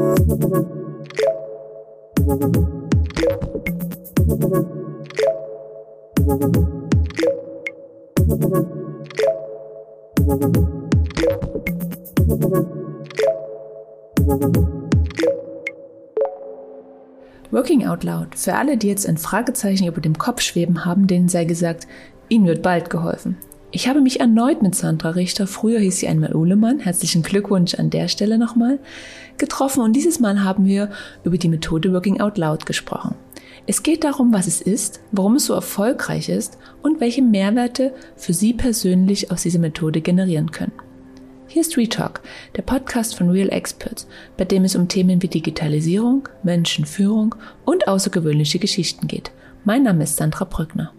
Working Out Loud. Für alle, die jetzt ein Fragezeichen über dem Kopf schweben haben, denen sei gesagt, ihnen wird bald geholfen. Ich habe mich erneut mit Sandra Richter, früher hieß sie einmal Uhlemann, herzlichen Glückwunsch an der Stelle nochmal, getroffen und dieses Mal haben wir über die Methode Working Out Loud gesprochen. Es geht darum, was es ist, warum es so erfolgreich ist und welche Mehrwerte für Sie persönlich aus dieser Methode generieren können. Hier ist Retalk, der Podcast von Real Experts, bei dem es um Themen wie Digitalisierung, Menschenführung und außergewöhnliche Geschichten geht. Mein Name ist Sandra Brückner.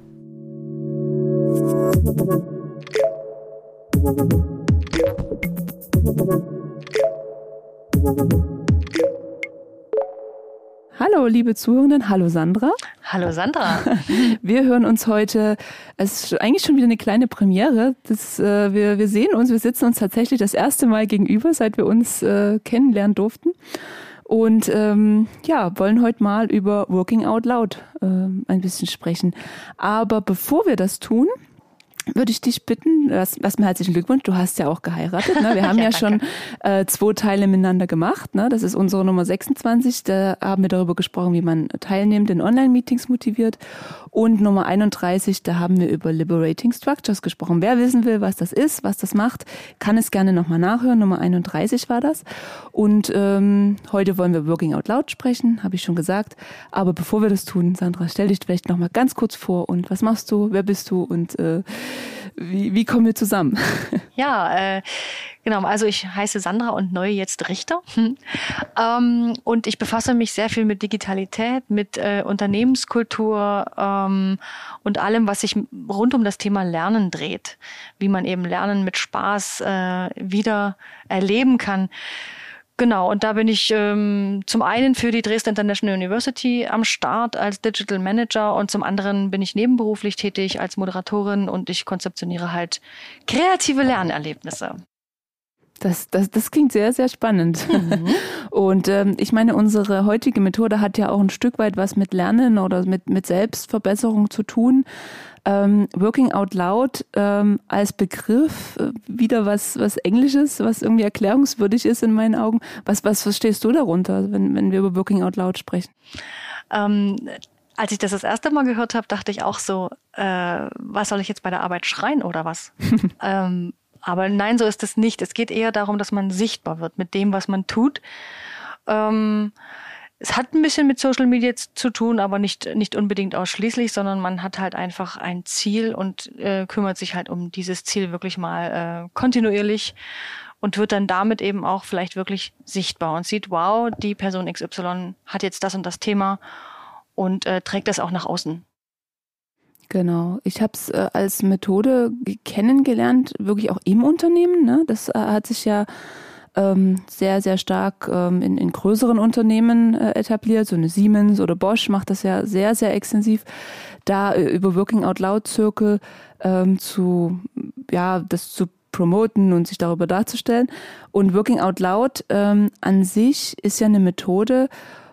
Hallo, liebe Zuhörenden. Hallo, Sandra. Hallo, Sandra. Wir hören uns heute, es ist eigentlich schon wieder eine kleine Premiere. Wir sehen uns, wir sitzen uns tatsächlich das erste Mal gegenüber, seit wir uns kennenlernen durften. Und wollen heute mal über Working Out Loud ein bisschen sprechen. Aber bevor wir das tun, würde ich dich bitten, erstmal herzlichen Glückwunsch, du hast ja auch geheiratet. Ne? Wir haben ja schon 2 Teile miteinander gemacht. Ne? Das ist unsere Nummer 26, da haben wir darüber gesprochen, wie man Teilnehmende in Online-Meetings motiviert. Und Nummer 31, da haben wir über Liberating Structures gesprochen. Wer wissen will, was das ist, was das macht, kann es gerne nochmal nachhören. Nummer 31 war das. Und heute wollen wir Working Out Loud sprechen, habe ich schon gesagt. Aber bevor wir das tun, Sandra, stell dich vielleicht nochmal ganz kurz vor und was machst du, wer bist du und wie kommen wir zusammen? Ja, genau. Also ich heiße Sandra und neu jetzt Richter. Und ich befasse mich sehr viel mit Digitalität, mit Unternehmenskultur und allem, was sich rund um das Thema Lernen dreht. Wie man eben Lernen mit Spaß wieder erleben kann. Genau, und da bin ich zum einen für die Dresden International University am Start als Digital Manager und zum anderen bin ich nebenberuflich tätig als Moderatorin und ich konzeptioniere halt kreative Lernerlebnisse. Das klingt sehr, sehr spannend. Mhm. Und ich meine, unsere heutige Methode hat ja auch ein Stück weit was mit Lernen oder mit Selbstverbesserung zu tun. Working Out Loud als Begriff wieder was Englisches, was irgendwie erklärungswürdig ist in meinen Augen. Was verstehst du darunter, wenn wir über Working Out Loud sprechen? Als ich das erste Mal gehört habe, dachte ich auch so, was soll ich jetzt bei der Arbeit schreien oder was? Aber nein, so ist es nicht. Es geht eher darum, dass man sichtbar wird mit dem, was man tut. Es hat ein bisschen mit Social Media zu tun, aber nicht unbedingt ausschließlich, sondern man hat halt einfach ein Ziel und kümmert sich halt um dieses Ziel wirklich mal kontinuierlich und wird dann damit eben auch vielleicht wirklich sichtbar und sieht, wow, die Person XY hat jetzt das und das Thema und trägt das auch nach außen. Genau. Ich habe es als Methode kennengelernt, wirklich auch im Unternehmen. Ne? Das hat sich ja sehr, sehr stark in größeren Unternehmen etabliert. So eine Siemens oder Bosch macht das ja sehr, sehr extensiv. Da über Working Out Loud Circle das zu promoten und sich darüber darzustellen. Und Working Out Loud an sich ist ja eine Methode,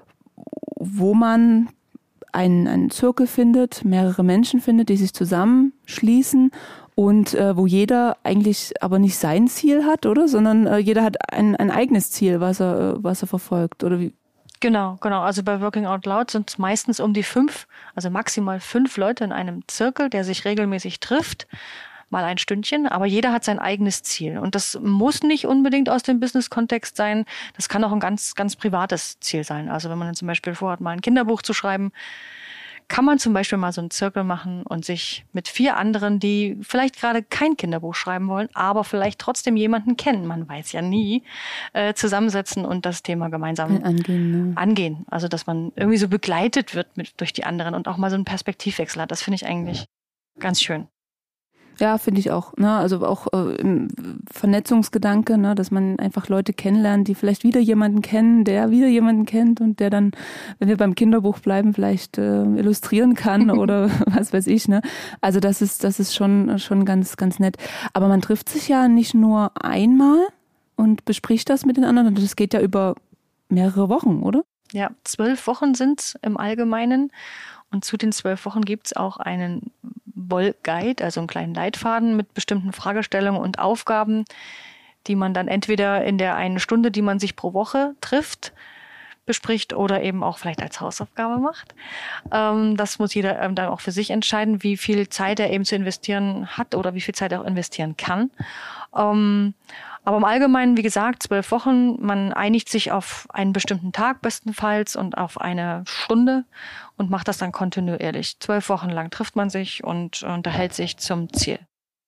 wo man einen Zirkel findet, mehrere Menschen findet, die sich zusammenschließen und wo jeder eigentlich aber nicht sein Ziel hat, oder? Sondern jeder hat ein eigenes Ziel, was er verfolgt, oder wie? Genau. Also bei Working Out Loud sind es meistens um die 5, also maximal 5 Leute in einem Zirkel, der sich regelmäßig trifft, mal ein Stündchen, aber jeder hat sein eigenes Ziel. Und das muss nicht unbedingt aus dem Business-Kontext sein, das kann auch ein ganz, ganz privates Ziel sein. Also wenn man dann zum Beispiel vorhat, mal ein Kinderbuch zu schreiben, kann man zum Beispiel mal so einen Zirkel machen und sich mit 4 anderen, die vielleicht gerade kein Kinderbuch schreiben wollen, aber vielleicht trotzdem jemanden kennen, man weiß ja nie, zusammensetzen und das Thema gemeinsam angehen. Also dass man irgendwie so begleitet wird durch die anderen und auch mal so einen Perspektivwechsel hat. Das finde ich eigentlich ganz schön. Ja, finde ich auch. Ne? Also auch im Vernetzungsgedanke, ne? Dass man einfach Leute kennenlernt, die vielleicht wieder jemanden kennen, der wieder jemanden kennt und der dann, wenn wir beim Kinderbuch bleiben, vielleicht illustrieren kann oder was weiß ich. Ne? Also das ist schon ganz, ganz nett. Aber man trifft sich ja nicht nur einmal und bespricht das mit den anderen. Das geht ja über mehrere Wochen, oder? Ja, 12 Wochen sind es im Allgemeinen. Und zu den 12 Wochen gibt es auch einen Woll-Guide, also einen kleinen Leitfaden mit bestimmten Fragestellungen und Aufgaben, die man dann entweder in der einen Stunde, die man sich pro Woche trifft, bespricht oder eben auch vielleicht als Hausaufgabe macht. Das muss jeder dann auch für sich entscheiden, wie viel Zeit er eben zu investieren hat oder wie viel Zeit er auch investieren kann. Aber im Allgemeinen, wie gesagt, 12 Wochen, man einigt sich auf einen bestimmten Tag bestenfalls und auf eine Stunde und macht das dann kontinuierlich. 12 Wochen lang trifft man sich und unterhält sich zum Ziel.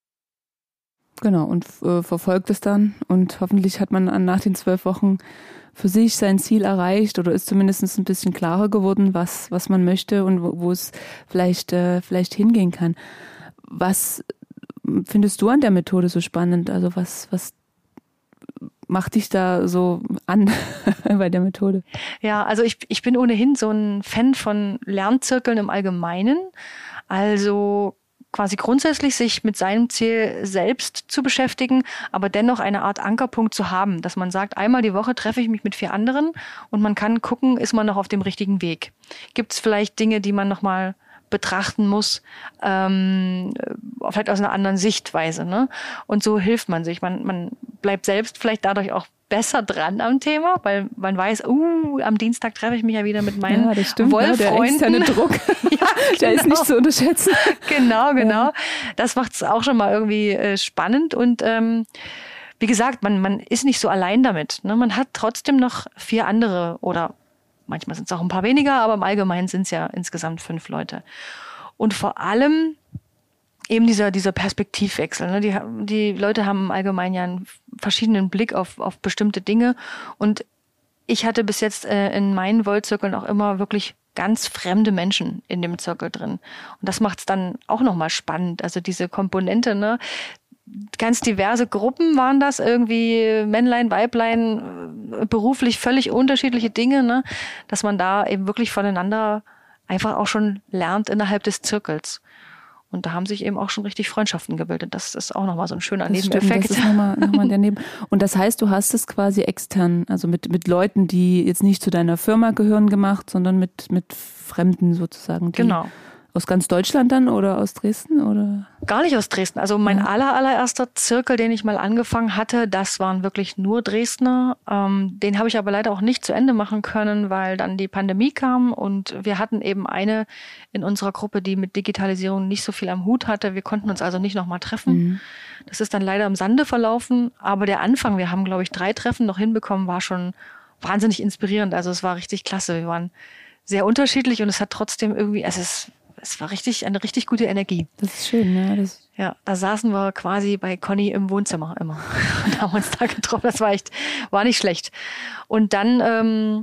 Genau, und verfolgt es dann und hoffentlich hat man nach den 12 Wochen für sich sein Ziel erreicht oder ist zumindest ein bisschen klarer geworden, was man möchte und wo es vielleicht hingehen kann. Was findest du an der Methode so spannend? Also was macht dich da so an bei der Methode? Ja, also ich bin ohnehin so ein Fan von Lernzirkeln im Allgemeinen. Also quasi grundsätzlich sich mit seinem Ziel selbst zu beschäftigen, aber dennoch eine Art Ankerpunkt zu haben, dass man sagt, einmal die Woche treffe ich mich mit 4 anderen und man kann gucken, ist man noch auf dem richtigen Weg? Gibt es vielleicht Dinge, die man nochmal betrachten muss, vielleicht aus einer anderen Sichtweise, ne? Und so hilft man sich. Man bleibt selbst vielleicht dadurch auch besser dran am Thema, weil man weiß, am Dienstag treffe ich mich ja wieder mit meinen Wollfreunden. Der externe Druck, ja, der ist nicht zu unterschätzen. Genau. Ja. Das macht es auch schon mal irgendwie spannend und wie gesagt, man ist nicht so allein damit. Ne? Man hat trotzdem noch 4 andere oder manchmal sind es auch ein paar weniger, aber im Allgemeinen sind es ja insgesamt 5 Leute. Und vor allem eben dieser Perspektivwechsel. Ne? Die Leute haben im Allgemeinen ja einen verschiedenen Blick auf bestimmte Dinge. Und ich hatte bis jetzt in meinen Wollzirkeln auch immer wirklich ganz fremde Menschen in dem Zirkel drin. Und das macht es dann auch nochmal spannend. Also diese Komponente, ne? Ganz diverse Gruppen waren das, irgendwie Männlein, Weiblein, beruflich völlig unterschiedliche Dinge, ne? Dass man da eben wirklich voneinander einfach auch schon lernt innerhalb des Zirkels. Und da haben sich eben auch schon richtig Freundschaften gebildet. Das ist auch nochmal so ein schöner Nebeneffekt. Das ist nochmal daneben. Und das heißt, du hast es quasi extern, also mit Leuten, die jetzt nicht zu deiner Firma gehören, gemacht, sondern mit Fremden sozusagen. Genau. Aus ganz Deutschland dann oder aus Dresden? Oder? Gar nicht aus Dresden. Also mein allererster Zirkel, den ich mal angefangen hatte, das waren wirklich nur Dresdner. Den habe ich aber leider auch nicht zu Ende machen können, weil dann die Pandemie kam und wir hatten eben eine in unserer Gruppe, die mit Digitalisierung nicht so viel am Hut hatte. Wir konnten uns also nicht nochmal treffen. Mhm. Das ist dann leider im Sande verlaufen. Aber der Anfang, wir haben, glaube ich, 3 Treffen noch hinbekommen, war schon wahnsinnig inspirierend. Also es war richtig klasse. Wir waren sehr unterschiedlich und es hat trotzdem irgendwie, es war eine richtig gute Energie. Das ist schön, ja. Ja, da saßen wir quasi bei Conny im Wohnzimmer immer und haben uns da getroffen. Das war nicht schlecht. Und dann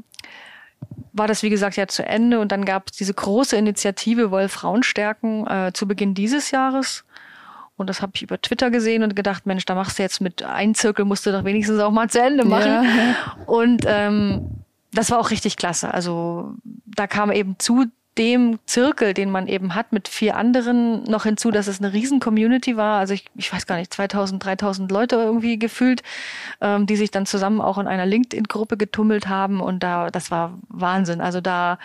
war das, wie gesagt, ja zu Ende und dann gab es diese große Initiative Woll Frauen stärken zu Beginn dieses Jahres. Und das habe ich über Twitter gesehen und gedacht, Mensch, da machst du jetzt mit einem Zirkel, musst du doch wenigstens auch mal zu Ende machen. Ja. Und das war auch richtig klasse. Also da kam eben zu dem Zirkel, den man eben hat, mit 4 anderen noch hinzu, dass es eine riesen Community war. Also ich weiß gar nicht, 2000, 3000 Leute irgendwie gefühlt, die sich dann zusammen auch in einer LinkedIn-Gruppe getummelt haben. Und das war Wahnsinn. Also da,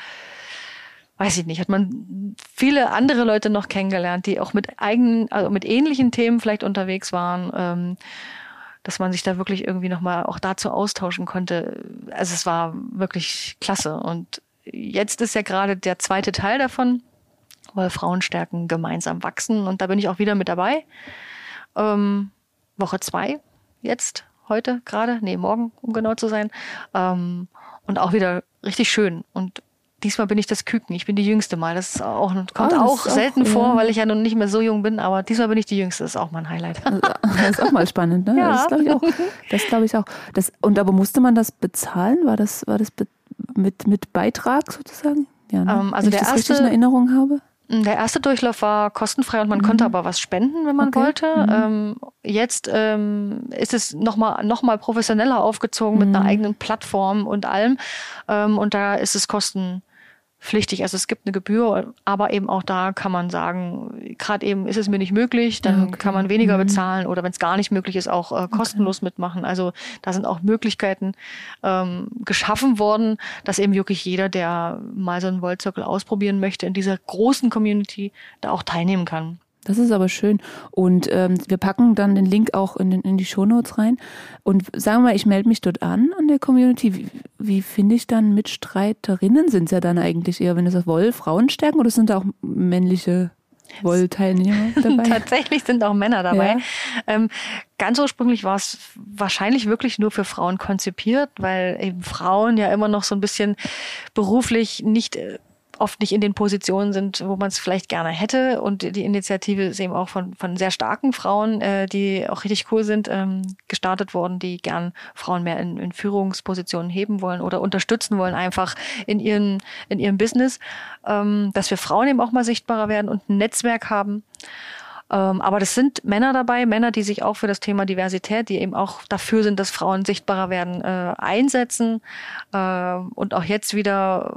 weiß ich nicht, hat man viele andere Leute noch kennengelernt, die auch mit ähnlichen Themen vielleicht unterwegs waren, dass man sich da wirklich irgendwie nochmal auch dazu austauschen konnte. Also es war wirklich klasse. Und jetzt ist ja gerade der 2. Teil davon, weil Frauen stärken, gemeinsam wachsen. Und da bin ich auch wieder mit dabei. Woche 2 jetzt, heute gerade, morgen, um genau zu sein. Und auch wieder richtig schön. Und diesmal bin ich das Küken. Ich bin die Jüngste mal. Das kommt auch selten vor, weil ich ja nun nicht mehr so jung bin. Aber diesmal bin ich die Jüngste. Das ist auch mal ein Highlight. Das ist auch mal spannend, ne? Ja. Das glaube ich auch. Aber musste man das bezahlen? War das mit Beitrag sozusagen? Ja, ne? Also wenn ich das richtig in Erinnerung habe? Der erste Durchlauf war kostenfrei und man konnte aber was spenden, wenn man wollte. Jetzt ist es noch mal professioneller aufgezogen mit einer eigenen Plattform und allem. Und da ist es kostenfrei pflichtig. Also es gibt eine Gebühr, aber eben auch da kann man sagen, gerade eben ist es mir nicht möglich, dann kann man weniger bezahlen oder wenn es gar nicht möglich ist, auch kostenlos mitmachen. Also da sind auch Möglichkeiten geschaffen worden, dass eben wirklich jeder, der mal so einen Wollzirkel ausprobieren möchte, in dieser großen Community da auch teilnehmen kann. Das ist aber schön. Und wir packen dann den Link auch in die Shownotes rein. Und sagen wir mal, ich melde mich dort an der Community. Wie finde ich dann Mitstreiterinnen? Sind es ja dann eigentlich eher, wenn es Woll-Frauen stärken oder sind da auch männliche Woll-Teilnehmer dabei? Tatsächlich sind auch Männer dabei. Ja. Ganz ursprünglich war es wahrscheinlich wirklich nur für Frauen konzipiert, weil eben Frauen ja immer noch so ein bisschen beruflich oft nicht in den Positionen sind, wo man es vielleicht gerne hätte. Und die Initiative ist eben auch von sehr starken Frauen, die auch richtig cool sind, gestartet worden, die gern Frauen mehr in Führungspositionen heben wollen oder unterstützen wollen, einfach in ihrem Business, dass wir Frauen eben auch mal sichtbarer werden und ein Netzwerk haben. Aber das sind Männer dabei, Männer, die sich auch für das Thema Diversität, die eben auch dafür sind, dass Frauen sichtbarer werden, einsetzen. Und auch jetzt wieder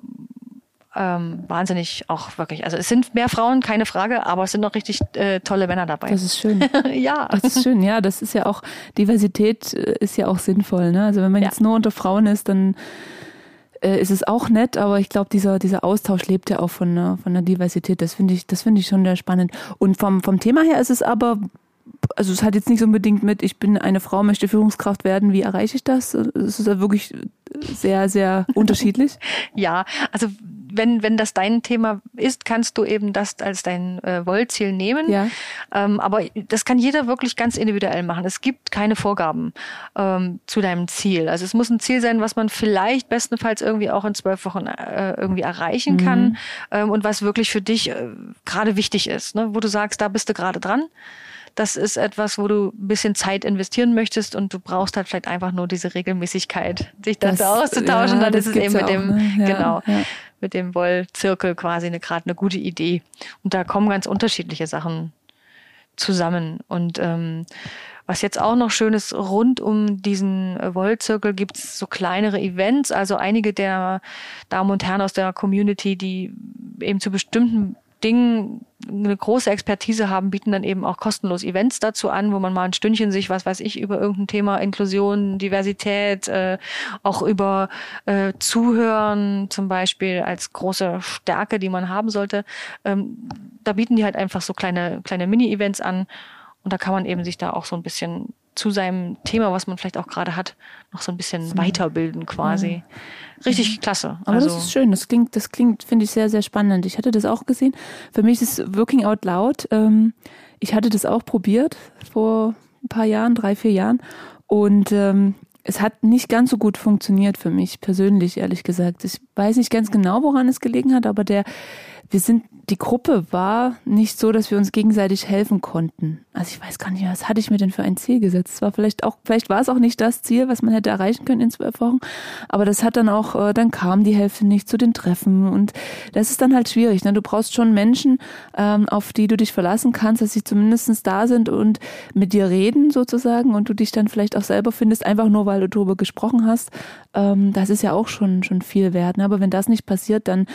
wahnsinnig auch wirklich. Also es sind mehr Frauen, keine Frage, aber es sind noch richtig tolle Männer dabei. Das ist schön. Ja. Das ist schön, ja. Das ist ja auch, Diversität ist ja auch sinnvoll. Ne? Also wenn man jetzt nur unter Frauen ist, dann ist es auch nett, aber ich glaube, dieser Austausch lebt ja auch von der Diversität. Das finde ich schon sehr spannend. Und vom Thema her ist es aber, also es hat jetzt nicht so unbedingt mit, ich bin eine Frau, möchte Führungskraft werden, wie erreiche ich das? Es ist ja wirklich sehr, sehr unterschiedlich. Ja, also wenn das dein Thema ist, kannst du eben das als dein Wollziel nehmen. Ja. Aber das kann jeder wirklich ganz individuell machen. Es gibt keine Vorgaben zu deinem Ziel. Also es muss ein Ziel sein, was man vielleicht bestenfalls irgendwie auch in 12 Wochen irgendwie erreichen kann und was wirklich für dich gerade wichtig ist, ne? Wo du sagst, da bist du gerade dran. Das ist etwas, wo du ein bisschen Zeit investieren möchtest und du brauchst halt vielleicht einfach nur diese Regelmäßigkeit, sich dazu auszutauschen. Ja, dann ist es eben mit dem, mit dem Wollzirkel quasi gerade eine gute Idee. Und da kommen ganz unterschiedliche Sachen zusammen. Und was jetzt auch noch schön ist, rund um diesen Wollzirkel gibt es so kleinere Events. Also einige der Damen und Herren aus der Community, die eben zu bestimmten Dingen eine große Expertise haben, bieten dann eben auch kostenlos Events dazu an, wo man mal ein Stündchen sich, was weiß ich, über irgendein Thema Inklusion, Diversität, auch über Zuhören zum Beispiel als große Stärke, die man haben sollte. Da bieten die halt einfach so kleine Mini-Events an und da kann man eben sich da auch so ein bisschen zu seinem Thema, was man vielleicht auch gerade hat, noch so ein bisschen weiterbilden quasi. Richtig klasse. Aber das ist schön. Das klingt, finde ich, sehr, sehr spannend. Ich hatte das auch gesehen. Für mich ist Working Out Loud, ich hatte das auch probiert vor ein paar Jahren, 3-4 Jahren. Und es hat nicht ganz so gut funktioniert für mich persönlich, ehrlich gesagt. Ich weiß nicht ganz genau, woran es gelegen hat, aber die Gruppe war nicht so, dass wir uns gegenseitig helfen konnten. Also ich weiß gar nicht, was hatte ich mir denn für ein Ziel gesetzt? Vielleicht war es auch nicht das Ziel, was man hätte erreichen können in 12 Wochen. Aber das hat dann auch, dann kam die Hälfte nicht zu den Treffen. Und das ist dann halt schwierig. Ne? Du brauchst schon Menschen, auf die du dich verlassen kannst, dass sie zumindest da sind und mit dir reden sozusagen und du dich dann vielleicht auch selber findest, einfach nur, weil du darüber gesprochen hast. Das ist ja auch schon viel wert. Ne? Aber wenn das nicht passiert, dann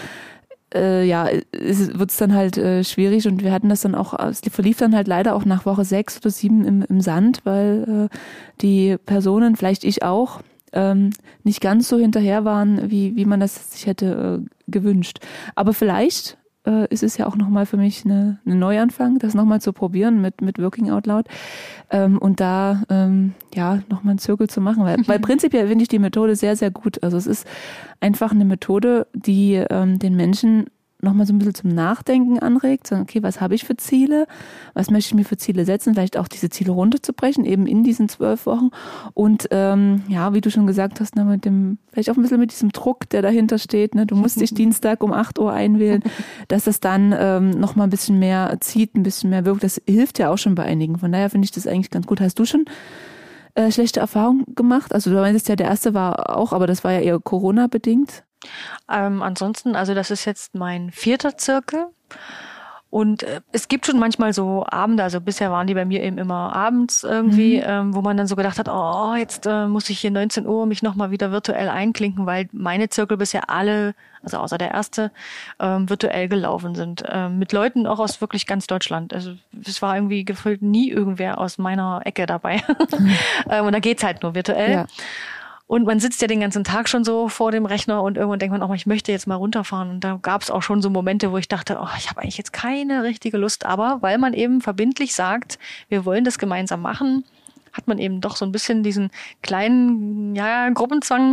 wird es dann halt schwierig und wir hatten das dann auch, es verlief dann halt leider auch nach Woche 6 oder 7 im Sand, weil die Personen, vielleicht ich auch, nicht ganz so hinterher waren, wie man das sich hätte gewünscht. Aber vielleicht ist es ja auch nochmal für mich eine Neuanfang, das nochmal zu probieren mit Working Out Loud und da nochmal einen Zirkel zu machen, weil prinzipiell finde ich die Methode sehr, sehr gut. Also es ist einfach eine Methode, die den Menschen nochmal so ein bisschen zum Nachdenken anregt, sagen, okay, was habe ich für Ziele, was möchte ich mir für Ziele setzen, vielleicht auch diese Ziele runterzubrechen, eben in diesen 12 Wochen und wie du schon gesagt hast, ne, vielleicht auch ein bisschen mit diesem Druck, der dahinter steht, ne, du musst dich Dienstag um 8 Uhr einwählen, dass das dann nochmal ein bisschen mehr zieht, ein bisschen mehr wirkt, das hilft ja auch schon bei einigen, von daher finde ich das eigentlich ganz gut. Hast du schon schlechte Erfahrungen gemacht? Also du meintest ja, der erste war auch, aber das war ja eher Corona-bedingt. Ansonsten, also das ist jetzt mein 4. Zirkel Und es gibt schon manchmal so Abende, also bisher waren die bei mir eben immer abends irgendwie, wo man dann so gedacht hat, oh, jetzt muss ich hier 19 Uhr mich nochmal wieder virtuell einklinken, weil meine Zirkel bisher alle, also außer der erste, virtuell gelaufen sind. Mit Leuten auch aus wirklich ganz Deutschland. Also es war irgendwie gefühlt nie irgendwer aus meiner Ecke dabei. Und da geht's halt nur virtuell. Ja. Und man sitzt ja den ganzen Tag schon so vor dem Rechner und irgendwann denkt man auch, ich möchte jetzt mal runterfahren. Und da gab es auch schon so Momente, wo ich dachte, oh, ich habe eigentlich jetzt keine richtige Lust. Aber weil man eben verbindlich sagt, wir wollen das gemeinsam machen, hat man eben doch so ein bisschen diesen kleinen Gruppenzwang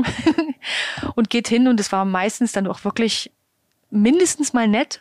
und geht hin. Und es war meistens dann auch wirklich mindestens mal nett.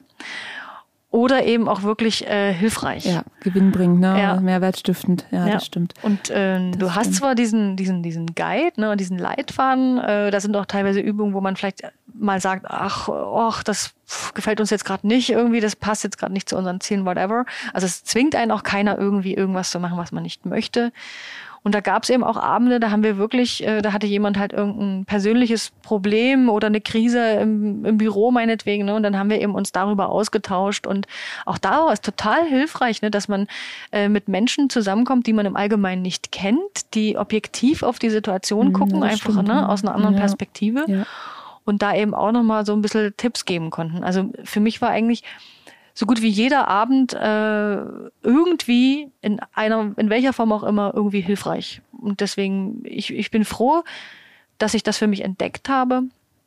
Oder eben auch wirklich hilfreich. Ja, gewinnbringend, ne? Ja. Mehrwertstiftend, ja, das stimmt. Und du hast zwar diesen Guide, ne, diesen Leitfaden, da sind auch teilweise Übungen, wo man vielleicht mal sagt, ach, das gefällt uns jetzt gerade nicht irgendwie, das passt jetzt gerade nicht zu unseren Zielen, whatever. Also es zwingt einen auch keiner irgendwie irgendwas zu machen, was man nicht möchte. Und da gab es eben auch Abende, da haben wir wirklich, da hatte jemand halt irgendein persönliches Problem oder eine Krise im Büro meinetwegen, ne? Und dann haben wir eben uns darüber ausgetauscht. Und auch da war es total hilfreich, ne, dass man mit Menschen zusammenkommt, die man im Allgemeinen nicht kennt, die objektiv auf die Situation gucken, einfach stimmt, ne, aus einer anderen Perspektive. Ja. Und da eben auch nochmal so ein bisschen Tipps geben konnten. Also für mich war eigentlich so gut wie jeder Abend irgendwie in welcher Form auch immer irgendwie hilfreich. Und deswegen, ich bin froh, dass ich das für mich entdeckt habe.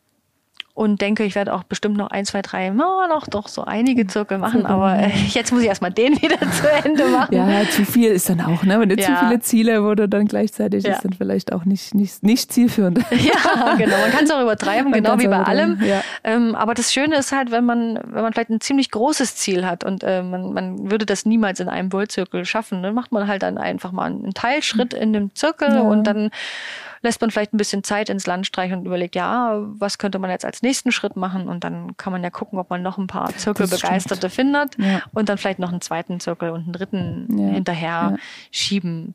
Und denke, ich werde auch bestimmt noch 1, 2, 3, doch so einige Zirkel machen. Aber jetzt muss ich erstmal den wieder zu Ende machen. Ja, zu viel ist dann auch, ne? Wenn du zu viele Ziele, wo du dann gleichzeitig ist dann vielleicht auch nicht zielführend. Ja, genau. Man kann es auch übertreiben, genau wie bei allem. Ja. Aber das Schöne ist halt, wenn man vielleicht ein ziemlich großes Ziel hat und man würde das niemals in einem Voltzirkel schaffen, dann macht man halt dann einfach mal einen Teilschritt in dem Zirkel und dann lässt man vielleicht ein bisschen Zeit ins Land streichen und überlegt, was könnte man jetzt als nächsten Schritt machen? Und dann kann man ja gucken, ob man noch ein paar Zirkelbegeisterte findet und dann vielleicht noch einen zweiten Zirkel und einen dritten hinterher schieben.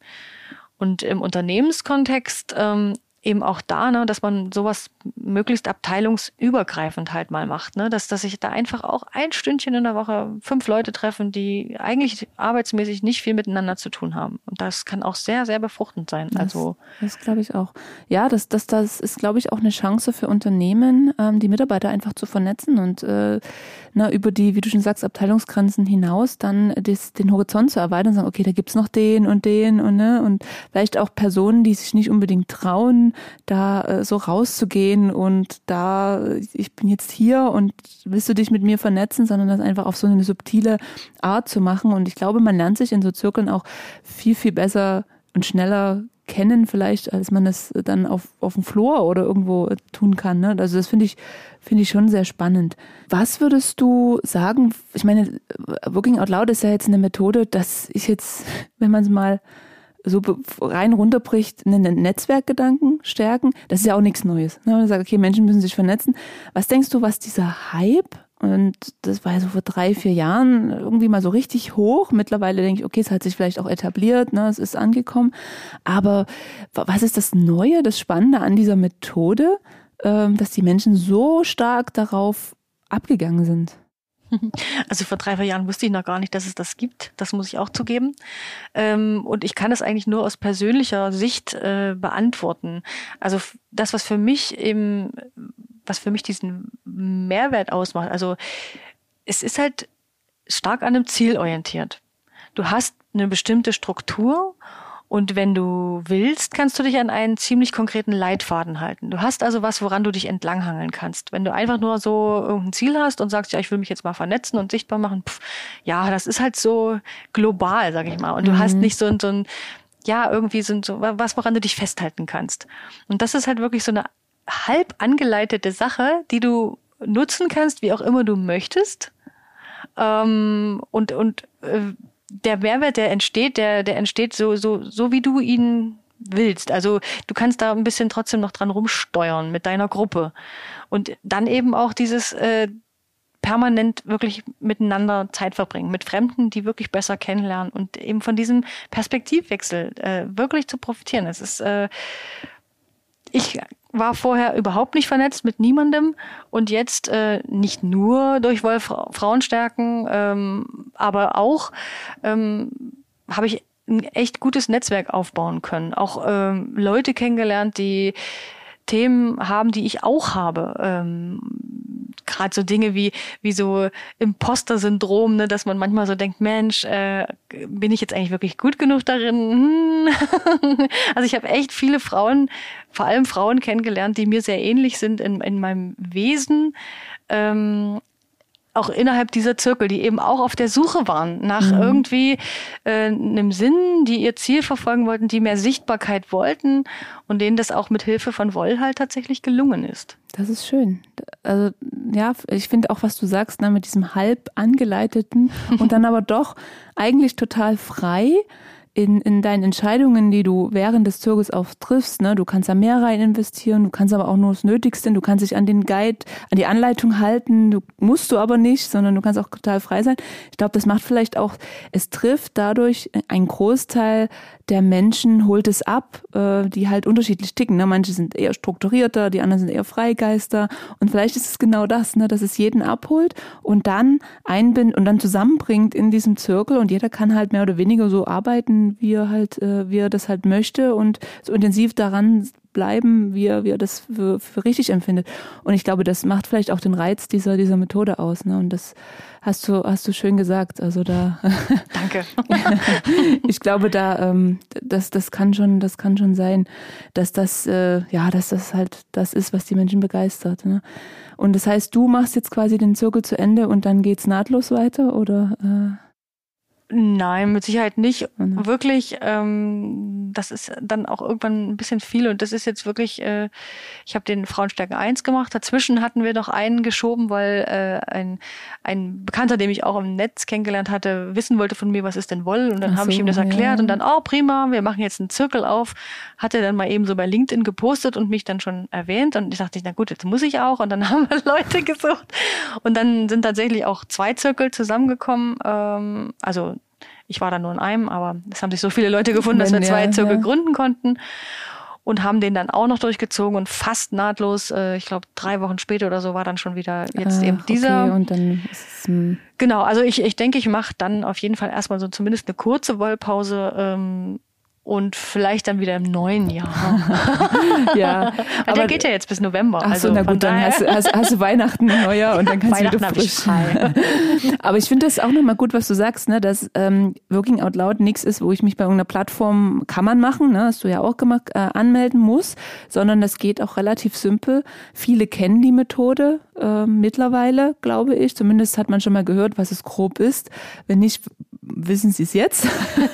Und im Unternehmenskontext eben auch da, ne, dass man sowas möglichst abteilungsübergreifend halt mal macht, ne, dass sich da einfach auch ein Stündchen in der Woche 5 Leute treffen, die eigentlich arbeitsmäßig nicht viel miteinander zu tun haben. Und das kann auch sehr, sehr befruchtend sein. Das glaube ich auch. Ja, das ist, glaube ich, auch eine Chance für Unternehmen, die Mitarbeiter einfach zu vernetzen und über die, wie du schon sagst, Abteilungsgrenzen hinaus dann den Horizont zu erweitern und sagen, okay, da gibt's noch den und und vielleicht auch Personen, die sich nicht unbedingt trauen, da so rauszugehen und ich bin jetzt hier und willst du dich mit mir vernetzen, sondern das einfach auf so eine subtile Art zu machen. Und ich glaube, man lernt sich in so Zirkeln auch viel, viel besser und schneller kennen vielleicht, als man das dann auf dem Flur oder irgendwo tun kann. Ne? Also das finde ich schon sehr spannend. Was würdest du sagen, ich meine, Working Out Loud ist ja jetzt eine Methode, dass ich jetzt, wenn man es mal so rein runterbricht, einen Netzwerkgedanken stärken, das ist ja auch nichts Neues. Ne? Man sagt, okay, Menschen müssen sich vernetzen. Was denkst du, was dieser Hype, und das war ja so vor 3, 4 Jahren irgendwie mal so richtig hoch. Mittlerweile denke ich, okay, es hat sich vielleicht auch etabliert, ne, es ist angekommen. Aber was ist das Neue, das Spannende an dieser Methode, dass die Menschen so stark darauf abgegangen sind? Also vor 3, 4 Jahren wusste ich noch gar nicht, dass es das gibt. Das muss ich auch zugeben. Und ich kann es eigentlich nur aus persönlicher Sicht beantworten. Also das, was für mich diesen Mehrwert ausmacht. Also es ist halt stark an einem Ziel orientiert. Du hast eine bestimmte Struktur. Und wenn du willst, kannst du dich an einen ziemlich konkreten Leitfaden halten. Du hast also was, woran du dich entlanghangeln kannst. Wenn du einfach nur so irgendein Ziel hast und sagst, ja, ich will mich jetzt mal vernetzen und sichtbar machen, das ist halt so global, sag ich mal. Und du hast nicht so ein was, woran du dich festhalten kannst. Und das ist halt wirklich so eine halb angeleitete Sache, die du nutzen kannst, wie auch immer du möchtest. Der Mehrwert, der entsteht so wie du ihn willst. Also du kannst da ein bisschen trotzdem noch dran rumsteuern mit deiner Gruppe. Und dann eben auch dieses permanent wirklich miteinander Zeit verbringen, mit Fremden, die wirklich besser kennenlernen und eben von diesem Perspektivwechsel wirklich zu profitieren. Es ist war vorher überhaupt nicht vernetzt mit niemandem und jetzt nicht nur durch Frauenstärken, aber auch habe ich ein echt gutes Netzwerk aufbauen können. Auch Leute kennengelernt, die Themen haben, die ich auch habe. Gerade so Dinge wie so Imposter-Syndrom, ne, dass man manchmal so denkt, Mensch, bin ich jetzt eigentlich wirklich gut genug darin? Also ich habe echt viele Frauen, vor allem Frauen kennengelernt, die mir sehr ähnlich sind in meinem Wesen, auch innerhalb dieser Zirkel, die eben auch auf der Suche waren nach irgendwie einem Sinn, die ihr Ziel verfolgen wollten, die mehr Sichtbarkeit wollten und denen das auch mit Hilfe von Woll halt tatsächlich gelungen ist. Das ist schön. Also ja, ich finde auch, was du sagst, ne, mit diesem halb angeleiteten und dann aber doch eigentlich total frei in deinen Entscheidungen, die du während des Zirkels auch triffst, ne? Du kannst da mehr rein investieren, du kannst aber auch nur das Nötigste, du kannst dich an den Guide, an die Anleitung halten, musst du aber nicht, sondern du kannst auch total frei sein. Ich glaube, das macht vielleicht auch, es trifft dadurch einen Großteil der Menschen, holt es ab, die halt unterschiedlich ticken. Ne? Manche sind eher strukturierter, die anderen sind eher Freigeister und vielleicht ist es genau das, ne? Dass es jeden abholt und dann einbindet und dann zusammenbringt in diesem Zirkel und jeder kann halt mehr oder weniger so arbeiten, wie er das halt möchte und so intensiv daran bleiben, wie er das für richtig empfindet. Und ich glaube, das macht vielleicht auch den Reiz dieser Methode aus. Ne? Und das hast du schön gesagt. Also da. Danke. Ich glaube, das kann schon sein, dass das halt das ist, was die Menschen begeistert. Ne? Und das heißt, du machst jetzt quasi den Zirkel zu Ende und dann geht's nahtlos weiter, oder? Nein, mit Sicherheit nicht. Wirklich, das ist dann auch irgendwann ein bisschen viel und das ist jetzt wirklich, ich habe den Frauenstärke 1 gemacht, dazwischen hatten wir noch einen geschoben, weil ein Bekannter, den ich auch im Netz kennengelernt hatte, wissen wollte von mir, was ist denn Woll und dann habe ich ihm das erklärt und dann, prima, wir machen jetzt einen Zirkel auf, hat er dann mal eben so bei LinkedIn gepostet und mich dann schon erwähnt und ich dachte, na gut, jetzt muss ich auch und dann haben wir Leute gesucht und dann sind tatsächlich auch 2 Zirkel zusammengekommen, also ich war da nur in einem, aber es haben sich so viele Leute gefunden, dass wir 2 Zirkel gründen konnten und haben den dann auch noch durchgezogen und fast nahtlos, ich glaube 3 Wochen später oder so war dann schon wieder jetzt eben dieser. Okay, und dann ist es, genau, also ich denke, ich mache dann auf jeden Fall erstmal so zumindest eine kurze Wollpause und vielleicht dann wieder im neuen Jahr. Ja, aber der geht ja jetzt bis November. Ach so, na gut, dann hast du Weihnachten, Neujahr und dann kannst du wieder frisch. Aber ich finde das auch nochmal gut, was du sagst, ne, dass Working Out Loud nichts ist, wo ich mich bei irgendeiner Plattform, kann man machen, ne, hast du ja auch gemacht, anmelden muss, sondern das geht auch relativ simpel. Viele kennen die Methode mittlerweile, glaube ich. Zumindest hat man schon mal gehört, was es grob ist. Wenn nicht, wissen sie es jetzt.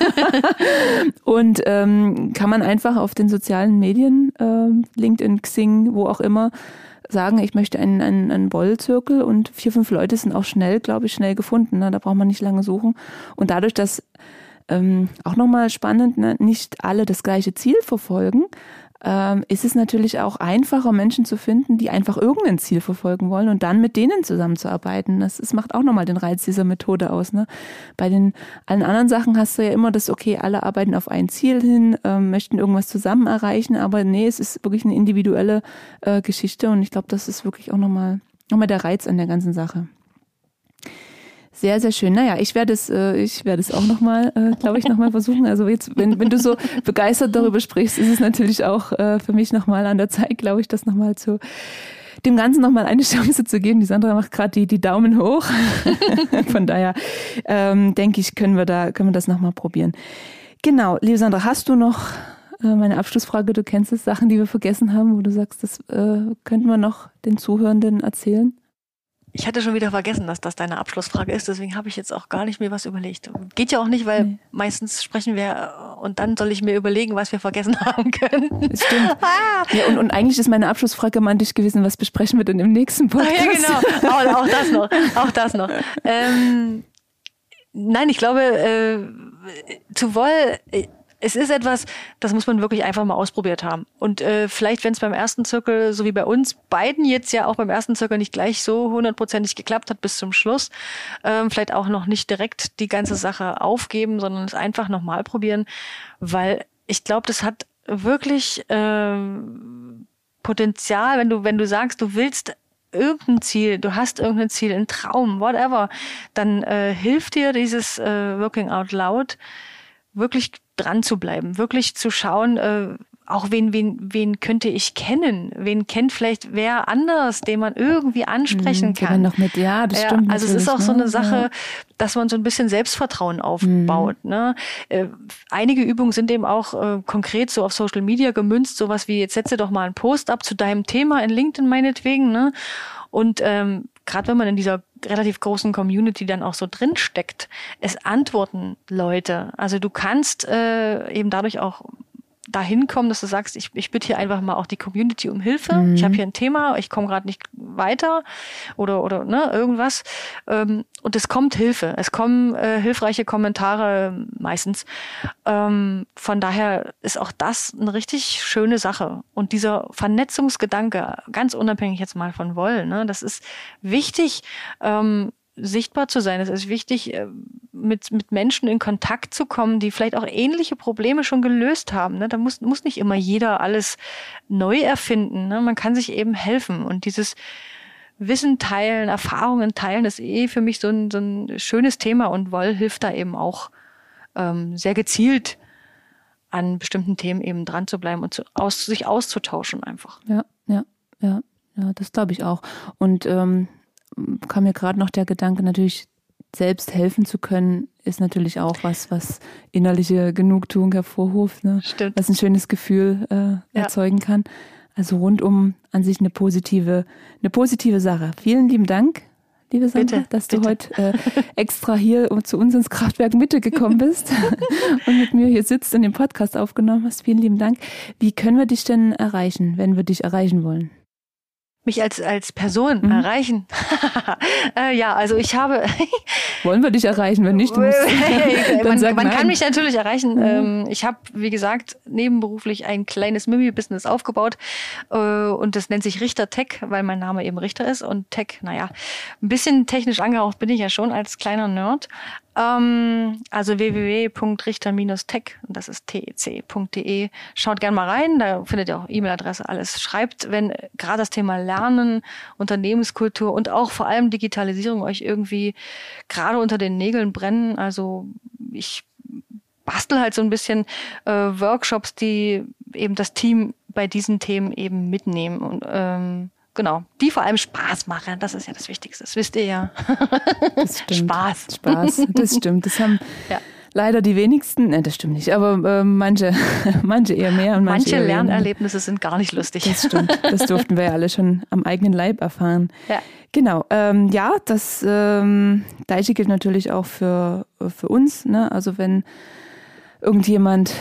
Und kann man einfach auf den sozialen Medien, LinkedIn, Xing, wo auch immer, sagen, ich möchte einen Wollzirkel und 4, 5 Leute sind auch schnell gefunden. Ne? Da braucht man nicht lange suchen. Und dadurch, dass auch nochmal spannend, ne, nicht alle das gleiche Ziel verfolgen, ist es natürlich auch einfacher, Menschen zu finden, die einfach irgendein Ziel verfolgen wollen und dann mit denen zusammenzuarbeiten. Das macht auch nochmal den Reiz dieser Methode aus. Ne? Bei allen anderen Sachen hast du ja immer das, okay, alle arbeiten auf ein Ziel hin, möchten irgendwas zusammen erreichen, aber nee, es ist wirklich eine individuelle Geschichte und ich glaube, das ist wirklich auch nochmal der Reiz an der ganzen Sache. Sehr, sehr schön. Naja, ich werde es auch nochmal, glaube ich, nochmal versuchen. Also jetzt, wenn du so begeistert darüber sprichst, ist es natürlich auch für mich nochmal an der Zeit, glaube ich, das nochmal dem Ganzen nochmal eine Chance zu geben. Die Sandra macht gerade die Daumen hoch. Von daher denke ich, können wir das nochmal probieren. Genau, liebe Sandra, hast du noch meine Abschlussfrage, du kennst es, Sachen, die wir vergessen haben, wo du sagst, das könnten wir noch den Zuhörenden erzählen? Ich hatte schon wieder vergessen, dass das deine Abschlussfrage ist, deswegen habe ich jetzt auch gar nicht mir was überlegt. Geht ja auch nicht, weil meistens sprechen wir und dann soll ich mir überlegen, was wir vergessen haben können. Das stimmt. Ja, und eigentlich ist meine Abschlussfrage mal an dich gewesen, was besprechen wir denn im nächsten Podcast? Ja, genau. Auch das noch. Nein, ich glaube, zu Woll, es ist etwas, das muss man wirklich einfach mal ausprobiert haben. Und vielleicht, wenn es beim ersten Zirkel, so wie bei uns beiden jetzt ja auch beim ersten Zirkel nicht gleich so 100% geklappt hat bis zum Schluss, vielleicht auch noch nicht direkt die ganze Sache aufgeben, sondern es einfach nochmal probieren, weil ich glaube, das hat wirklich Potenzial, wenn du sagst, du willst irgendein Ziel, du hast irgendein Ziel, einen Traum, whatever, dann hilft dir dieses Working Out Loud wirklich dran zu bleiben, wirklich zu schauen, auch wen könnte ich kennen? Wen kennt vielleicht wer anders, den man irgendwie ansprechen kann? Noch mit, ja, das stimmt. Also es ist auch so eine Sache, dass man so ein bisschen Selbstvertrauen aufbaut. Ne? Einige Übungen sind eben auch konkret so auf Social Media gemünzt, sowas wie, jetzt setze doch mal einen Post ab zu deinem Thema in LinkedIn meinetwegen. Ne? Und gerade wenn man in dieser relativ großen Community dann auch so drin steckt, es antworten Leute. Also du kannst eben dadurch auch dahin kommen, dass du sagst, ich bitte hier einfach mal auch die Community um Hilfe. Ich habe hier ein Thema, ich komme gerade nicht weiter oder ne, irgendwas. Und es kommt Hilfe. Es kommen hilfreiche Kommentare meistens. Von daher ist auch das eine richtig schöne Sache. Und dieser Vernetzungsgedanke, ganz unabhängig jetzt mal von Wollen, ne, das ist wichtig, sichtbar zu sein. Es ist wichtig, mit Menschen in Kontakt zu kommen, die vielleicht auch ähnliche Probleme schon gelöst haben. Ne? Da muss nicht immer jeder alles neu erfinden. Ne? Man kann sich eben helfen. Und dieses Wissen teilen, Erfahrungen teilen, ist für mich so ein schönes Thema. Und Woll hilft da eben auch sehr gezielt an bestimmten Themen eben dran zu bleiben und sich auszutauschen einfach. Ja, das glaube ich auch. Und kam mir gerade noch der Gedanke, natürlich selbst helfen zu können, ist natürlich auch was innerliche Genugtuung hervorruft, ne? Stimmt. Was ein schönes Gefühl erzeugen kann. Also rundum an sich eine positive Sache. Vielen lieben Dank, liebe Sandra, dass du heute extra hier zu uns ins Kraftwerk Mitte gekommen bist und mit mir hier sitzt und den Podcast aufgenommen hast. Vielen lieben Dank. Wie können wir dich denn erreichen, wenn wir dich erreichen wollen? Mich als Person erreichen. Ja, also ich habe... Wollen wir dich erreichen, wenn nicht? Man kann mich natürlich erreichen. Ich habe, wie gesagt, nebenberuflich ein kleines Mimi-Business aufgebaut und das nennt sich Richter Tech, weil mein Name eben Richter ist und Tech, naja, ein bisschen technisch angehaucht bin ich ja schon als kleiner Nerd. Also www.richter-tech, das ist tec.de. Schaut gerne mal rein, da findet ihr auch E-Mail-Adresse, alles. Schreibt, wenn gerade das Thema Lernen, Unternehmenskultur und auch vor allem Digitalisierung euch irgendwie gerade unter den Nägeln brennen. Also ich bastel halt so ein bisschen Workshops, die eben das Team bei diesen Themen eben mitnehmen und genau, die vor allem Spaß machen, das ist ja das Wichtigste, das wisst ihr ja. Das stimmt. Spaß, das stimmt. Das haben leider die wenigsten, das stimmt nicht, aber manche eher mehr. Und manche eher Lernerlebnisse sind gar nicht lustig. Das stimmt, das durften wir ja alle schon am eigenen Leib erfahren. Ja. Genau, das Gleiche gilt natürlich auch für uns, ne? Also wenn irgendjemand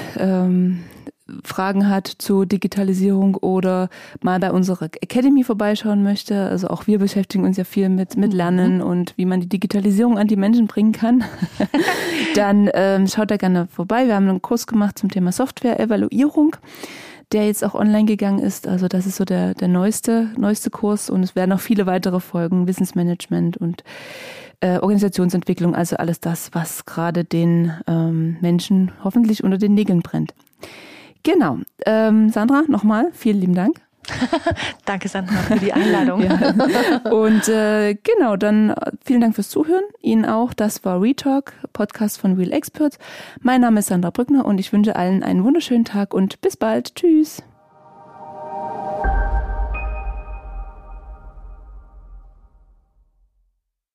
Fragen hat zur Digitalisierung oder mal bei unserer Academy vorbeischauen möchte. Also auch wir beschäftigen uns ja viel mit Lernen und wie man die Digitalisierung an die Menschen bringen kann. Dann schaut da gerne vorbei. Wir haben einen Kurs gemacht zum Thema Software-Evaluierung, der jetzt auch online gegangen ist. Also das ist so der neueste Kurs und es werden noch viele weitere folgen, Wissensmanagement und Organisationsentwicklung, also alles das, was gerade den Menschen hoffentlich unter den Nägeln brennt. Genau. Sandra, nochmal, vielen lieben Dank. Danke, Sandra, für die Einladung. Ja. Und genau, dann vielen Dank fürs Zuhören. Ihnen auch. Das war Retalk, Podcast von Real Experts. Mein Name ist Sandra Brückner und ich wünsche allen einen wunderschönen Tag und bis bald. Tschüss.